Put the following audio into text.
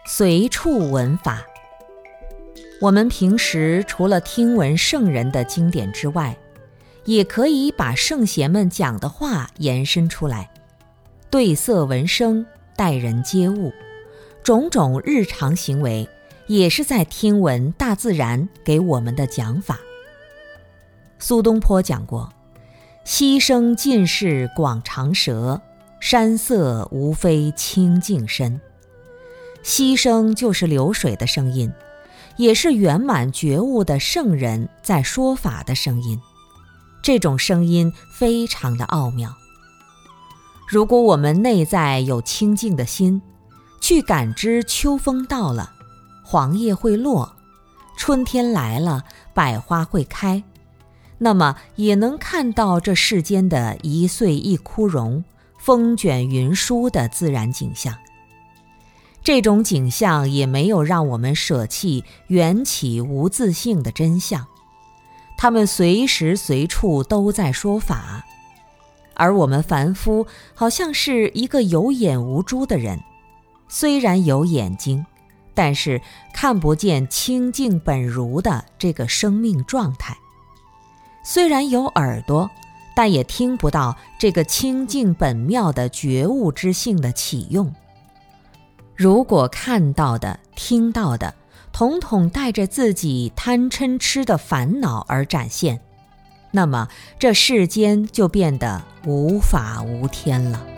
随处闻法。我们平时除了听闻圣人的经典之外，也可以把圣贤们讲的话延伸出来，对色闻声，待人接物，种种日常行为也是在听闻大自然给我们的讲法。苏东坡讲过，溪声尽是广长舌，山色无非清净身。溪声就是流水的声音，也是圆满觉悟的圣人在说法的声音。这种声音非常的奥妙。如果我们内在有清净的心，去感知秋风到了，黄叶会落，春天来了，百花会开，那么也能看到这世间的一岁一枯荣，风卷云舒的自然景象。这种景象也没有让我们舍弃缘起无自性的真相，他们随时随处都在说法，而我们凡夫好像是一个有眼无珠的人，虽然有眼睛，但是看不见清净本如的这个生命状态；虽然有耳朵，但也听不到这个清净本妙的觉悟之性的启用。如果看到的、听到的，统统带着自己贪嗔痴的烦恼而展现，那么这世间就变得无法无天了。